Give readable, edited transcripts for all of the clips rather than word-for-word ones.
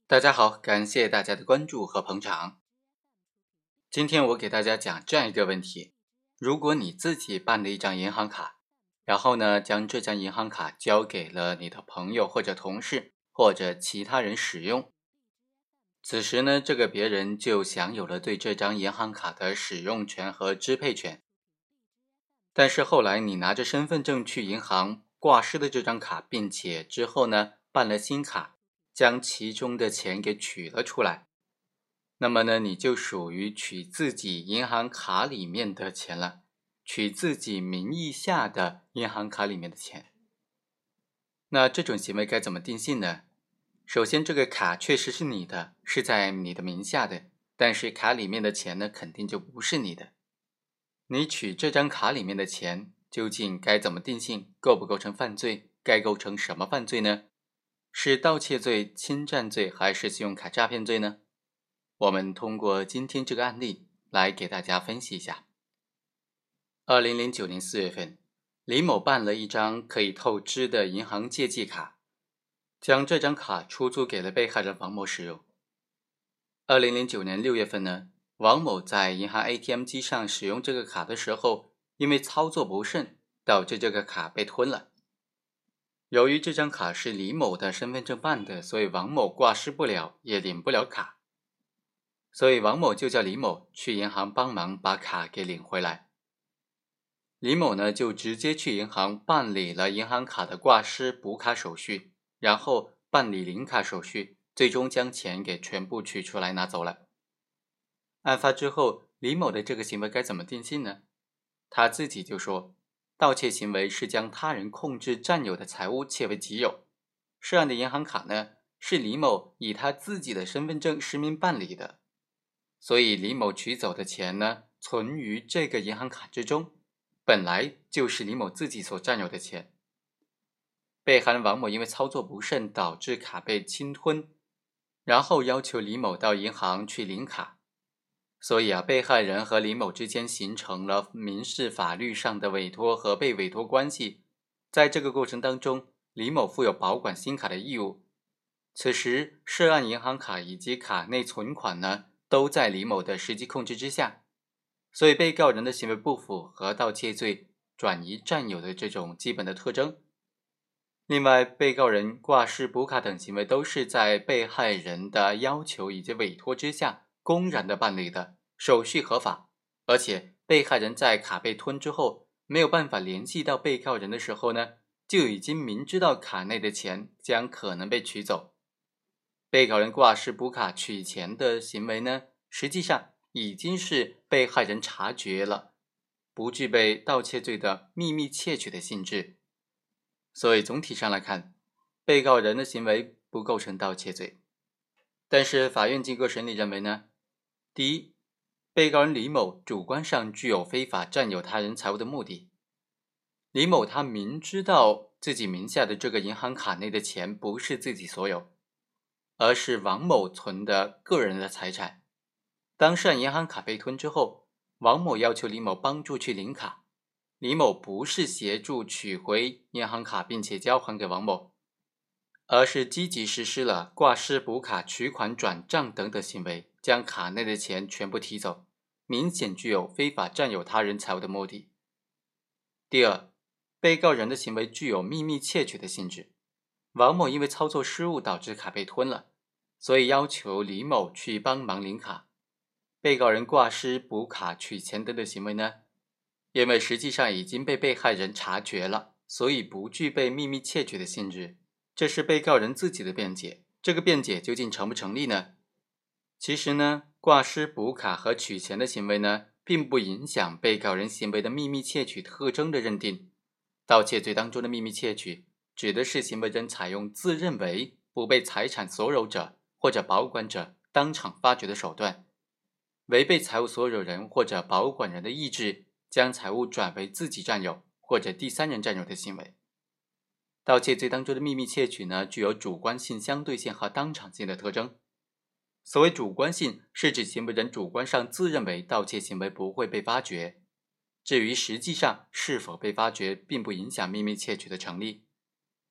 大家好，感谢大家的关注和捧场。今天我给大家讲这样一个问题：如果你自己办了一张银行卡，然后呢，将这张银行卡交给了你的朋友或者同事或者其他人使用，此时呢，这个别人就享有了对这张银行卡的使用权和支配权。但是后来你拿着身份证去银行挂失了这张卡，并且之后呢，办了新卡，将其中的钱给取了出来。那么呢，你就属于取自己银行卡里面的钱了，取自己名义下的银行卡里面的钱。那这种行为该怎么定性呢？首先，这个卡确实是你的，是在你的名下的，但是卡里面的钱呢，肯定就不是你的。你取这张卡里面的钱，究竟该怎么定性？构不构成犯罪？该构成什么犯罪呢？是盗窃罪、侵占罪，还是信用卡诈骗罪呢？我们通过今天这个案例来给大家分析一下。2009年4月份，李某办了一张可以透支的银行借记卡，将这张卡出租给了被害人王某使用。2009年6月份呢，王某在银行 ATM 机上使用这个卡的时候，因为操作不慎，导致这个卡被吞了。由于这张卡是李某的身份证办的，所以王某挂失不了，也领不了卡。所以王某就叫李某去银行帮忙把卡给领回来。李某呢就直接去银行办理了银行卡的挂失补卡手续，然后办理领卡手续，最终将钱给全部取出来拿走了。案发之后，李某的这个行为该怎么定性呢？他自己就说，盗窃行为是将他人控制占有的财物窃为己有。涉案的银行卡呢，是李某以他自己的身份证实名办理的。所以李某取走的钱呢，存于这个银行卡之中，本来就是李某自己所占有的钱。被害人王某因为操作不慎导致卡被侵吞，然后要求李某到银行去领卡，所以被害人和李某之间形成了民事法律上的委托和被委托关系。在这个过程当中，李某负有保管新卡的义务。此时涉案银行卡以及卡内存款呢，都在李某的实际控制之下，所以被告人的行为不符合盗窃罪转移占有的这种基本的特征。另外，被告人挂失补卡等行为都是在被害人的要求以及委托之下公然的办理的，手续合法，而且被害人在卡被吞之后没有办法联系到被告人的时候呢，就已经明知道卡内的钱将可能被取走。被告人挂失补卡取钱的行为呢，实际上已经是被害人察觉了，不具备盗窃罪的秘密窃取的性质。所以总体上来看，被告人的行为不构成盗窃罪。但是法院经过审理认为呢，第一，被告人李某主观上具有非法占有他人财物的目的。李某他明知道自己名下的这个银行卡内的钱不是自己所有，而是王某存的个人的财产。当涉案银行卡被吞之后，王某要求李某帮助去领卡，李某不是协助取回银行卡并且交还给王某，而是积极实施了挂失补卡、取款转账等等行为，将卡内的钱全部提走，明显具有非法占有他人财物的目的。第二，被告人的行为具有秘密窃取的性质。王某因为操作失误导致卡被吞了，所以要求李某去帮忙领卡。被告人挂失补卡、取钱等的行为呢，因为实际上已经被被害人察觉了，所以不具备秘密窃取的性质。这是被告人自己的辩解，这个辩解究竟成不成立呢？其实呢，挂失补卡和取钱的行为呢，并不影响被告人行为的秘密窃取特征的认定。盗窃罪当中的秘密窃取指的是行为人采用自认为不被财产所有者或者保管者当场发觉的手段，违背财物所有人或者保管人的意志，将财物转为自己占有或者第三人占有的行为。盗窃罪当中的秘密窃取呢，具有主观性、相对性和当场性的特征。所谓主观性，是指行为人主观上自认为盗窃行为不会被发觉，至于实际上是否被发觉，并不影响秘密窃取的成立。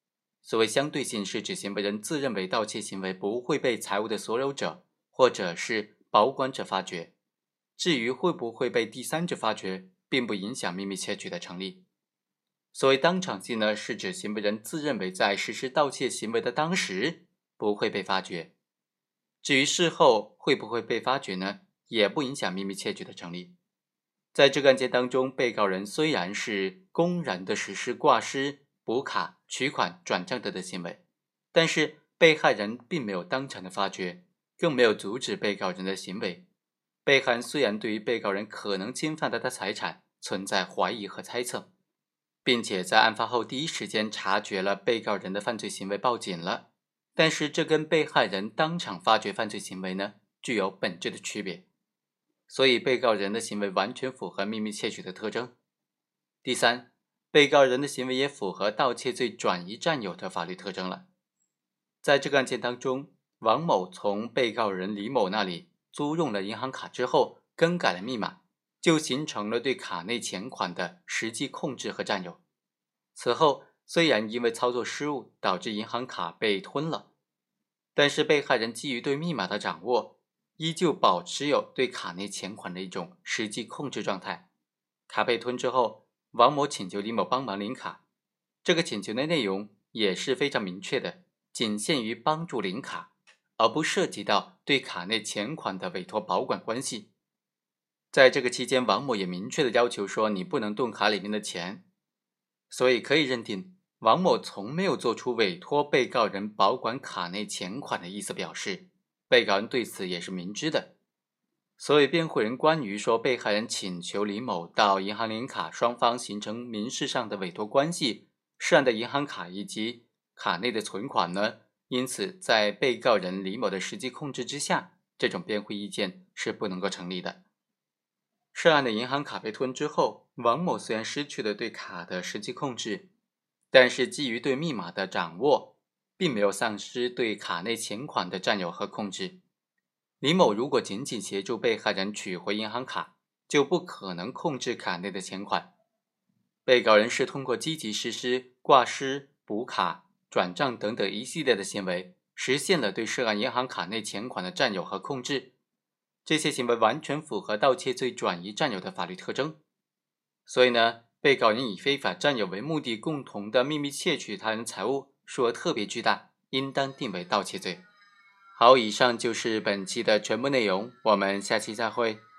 所谓相对性是指行为人自认为盗窃行为不会被财物的所有者或者是保管者发觉，至于会不会被第三者发觉，并不影响秘密窃取的成立。所谓当场性呢，是指行为人自认为在实施盗窃行为的当时不会被发觉，至于事后会不会被发觉呢，也不影响秘密窃取的成立。在这个案件当中，被告人虽然是公然的实施挂失、补卡、取款、转账等的行为，但是被害人并没有当场的发觉，更没有阻止被告人的行为。被害人虽然对于被告人可能侵犯他的财产存在怀疑和猜测，并且在案发后第一时间察觉了被告人的犯罪行为报警了，但是这跟被害人当场发觉犯罪行为呢，具有本质的区别。所以被告人的行为完全符合秘密窃取的特征。第三，被告人的行为也符合盗窃罪转移占有的法律特征了。在这个案件当中，王某从被告人李某那里租用了银行卡之后，更改了密码，就形成了对卡内钱款的实际控制和占有。此后，虽然因为操作失误导致银行卡被吞了，但是被害人基于对密码的掌握，依旧保持有对卡内钱款的一种实际控制状态。卡被吞之后，王某请求李某帮忙领卡，这个请求的内容也是非常明确的，仅限于帮助领卡，而不涉及到对卡内钱款的委托保管关系。在这个期间，王某也明确的要求说，你不能动卡里面的钱，所以可以认定王某从没有做出委托被告人保管卡内钱款的意思表示，被告人对此也是明知的。所以辩护人关于说被害人请求李某到银行领卡，双方形成民事上的委托关系，涉案的银行卡以及卡内的存款呢，因此在被告人李某的实际控制之下，这种辩护意见是不能够成立的。涉案的银行卡被吞之后，王某虽然失去了对卡的实际控制，但是基于对密码的掌握，并没有丧失对卡内钱款的占有和控制。李某如果仅仅协助被害人取回银行卡，就不可能控制卡内的钱款。被告人是通过积极实施挂失、补卡、转账等等一系列的行为，实现了对涉案银行卡内钱款的占有和控制。这些行为完全符合盗窃罪转移占有的法律特征。所以呢，被告人以非法占有为目的，共同的秘密窃取他人财物，数额特别巨大，应当定为盗窃罪。好，以上就是本期的全部内容，我们下期再会。